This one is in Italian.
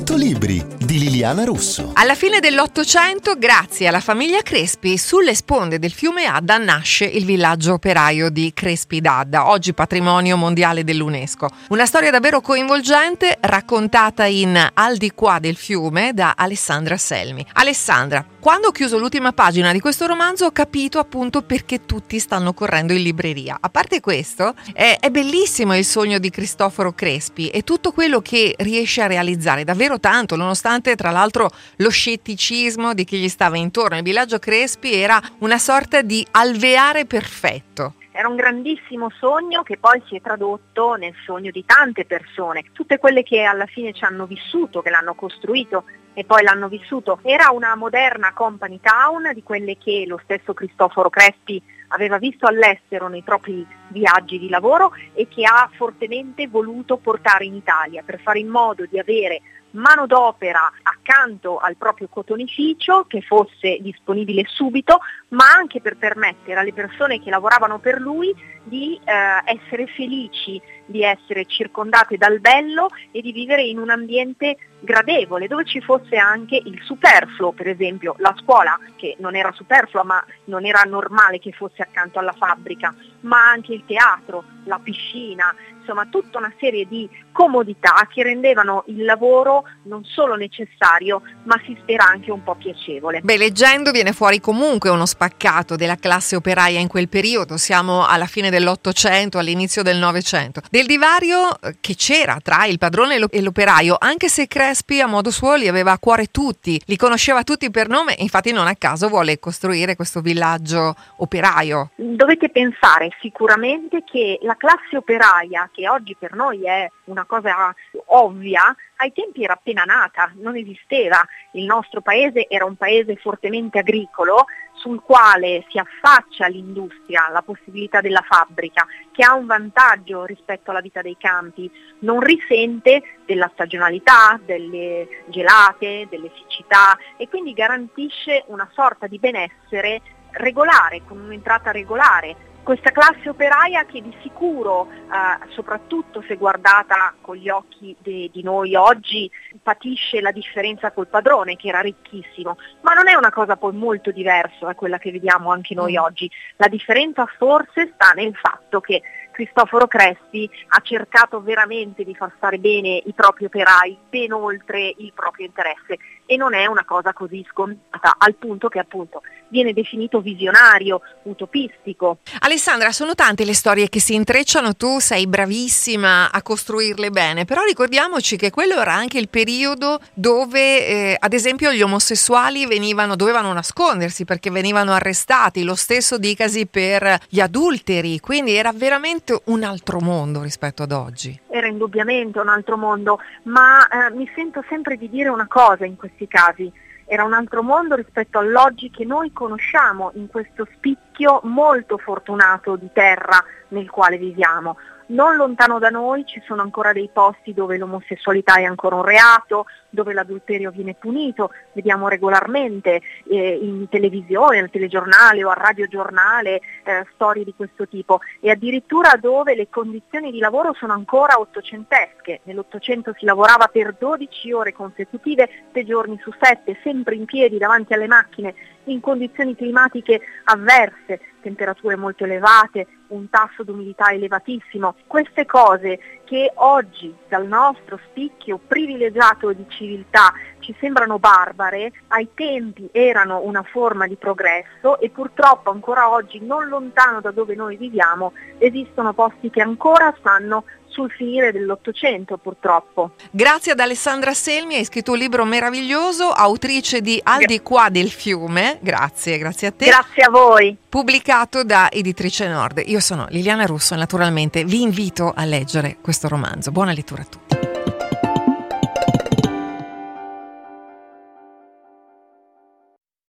100 libri di Liliana Russo. Alla fine dell'Ottocento, grazie alla famiglia Crespi, sulle sponde del fiume Adda nasce il villaggio operaio di Crespi d'Adda, oggi patrimonio mondiale dell'UNESCO. Una storia davvero coinvolgente, raccontata in Al di qua del fiume da Alessandra Selmi. Alessandra, quando ho chiuso l'ultima pagina di questo romanzo ho capito appunto perché tutti stanno correndo in libreria. A parte questo, è bellissimo il sogno di Cristoforo Crespi e tutto quello che riesce a realizzare, davvero tanto, nonostante tra l'altro lo scetticismo di chi gli stava intorno. Il villaggio Crespi era una sorta di alveare perfetto. Era un grandissimo sogno che poi si è tradotto nel sogno di tante persone, tutte quelle che alla fine ci hanno vissuto, che l'hanno costruito e poi l'hanno vissuto. Era una moderna company town, di quelle che lo stesso Cristoforo Crespi aveva visto all'estero nei propri viaggi di lavoro e che ha fortemente voluto portare in Italia per fare in modo di avere manodopera accanto al proprio cotonificio che fosse disponibile subito, ma anche per permettere alle persone che lavoravano per lui di essere felici, di essere circondate dal bello e di vivere in un ambiente gradevole, dove ci fosse anche il superfluo, per esempio la scuola, che non era superflua ma non era normale che fosse accanto alla fabbrica, ma anche il teatro, la piscina, insomma tutta una serie di comodità che rendevano il lavoro non solo necessario, ma si spera anche un po' piacevole. Beh, leggendo viene fuori comunque uno spaccato della classe operaia in quel periodo, siamo alla fine dell'Ottocento, all'inizio del Novecento, del divario che c'era tra il padrone e l'operaio, anche se Crespi a modo suo li aveva a cuore tutti, li conosceva tutti per nome, infatti non a caso vuole costruire questo villaggio operaio. Dovete pensare sicuramente che la classe operaia, che oggi per noi è una cosa ovvia, ai tempi era appena nata, non esisteva. Il nostro paese era un paese fortemente agricolo, sul quale si affaccia l'industria, la possibilità della fabbrica, che ha un vantaggio rispetto alla vita dei campi, non risente della stagionalità, delle gelate, delle siccità e quindi garantisce una sorta di benessere regolare, con un'entrata regolare. Questa classe operaia che di sicuro, soprattutto se guardata con gli occhi di noi oggi, patisce la differenza col padrone che era ricchissimo, ma non è una cosa poi molto diversa da quella che vediamo anche noi oggi. La differenza forse sta nel fatto che Cristoforo Crespi ha cercato veramente di far stare bene i propri operai, ben oltre il proprio interesse, e non è una cosa così scontata, al punto che appunto viene definito visionario, utopistico. Alessandra, sono tante le storie che si intrecciano, tu sei bravissima a costruirle bene, però ricordiamoci che quello era anche il periodo dove ad esempio gli omosessuali dovevano nascondersi perché venivano arrestati, lo stesso dicasi per gli adulteri, quindi era veramente un altro mondo rispetto ad oggi. Era indubbiamente un altro mondo, ma mi sento sempre di dire una cosa in questi casi: era un altro mondo rispetto all'oggi che noi conosciamo in questo spicchio molto fortunato di terra nel quale viviamo. Non lontano da noi ci sono ancora dei posti dove l'omosessualità è ancora un reato, dove l'adulterio viene punito, vediamo regolarmente in televisione, al telegiornale o al radiogiornale storie di questo tipo, e addirittura dove le condizioni di lavoro sono ancora ottocentesche. Nell'Ottocento si lavorava per 12 ore consecutive, 6 giorni su 7, sempre in piedi davanti alle macchine, in condizioni climatiche avverse, temperature molto elevate, un tasso di umidità elevatissimo. Queste cose che oggi dal nostro spicchio privilegiato di civiltà ci sembrano barbare, ai tempi erano una forma di progresso e purtroppo ancora oggi, non lontano da dove noi viviamo, esistono posti che ancora stanno sul finire dell'Ottocento, purtroppo. Grazie ad Alessandra Selmi, hai scritto un libro meraviglioso, autrice di Al di qua del fiume. Grazie a te. Grazie a voi. Pubblicato da Editrice Nord. Io sono Liliana Russo e naturalmente vi invito a leggere questo romanzo. Buona lettura a tutti.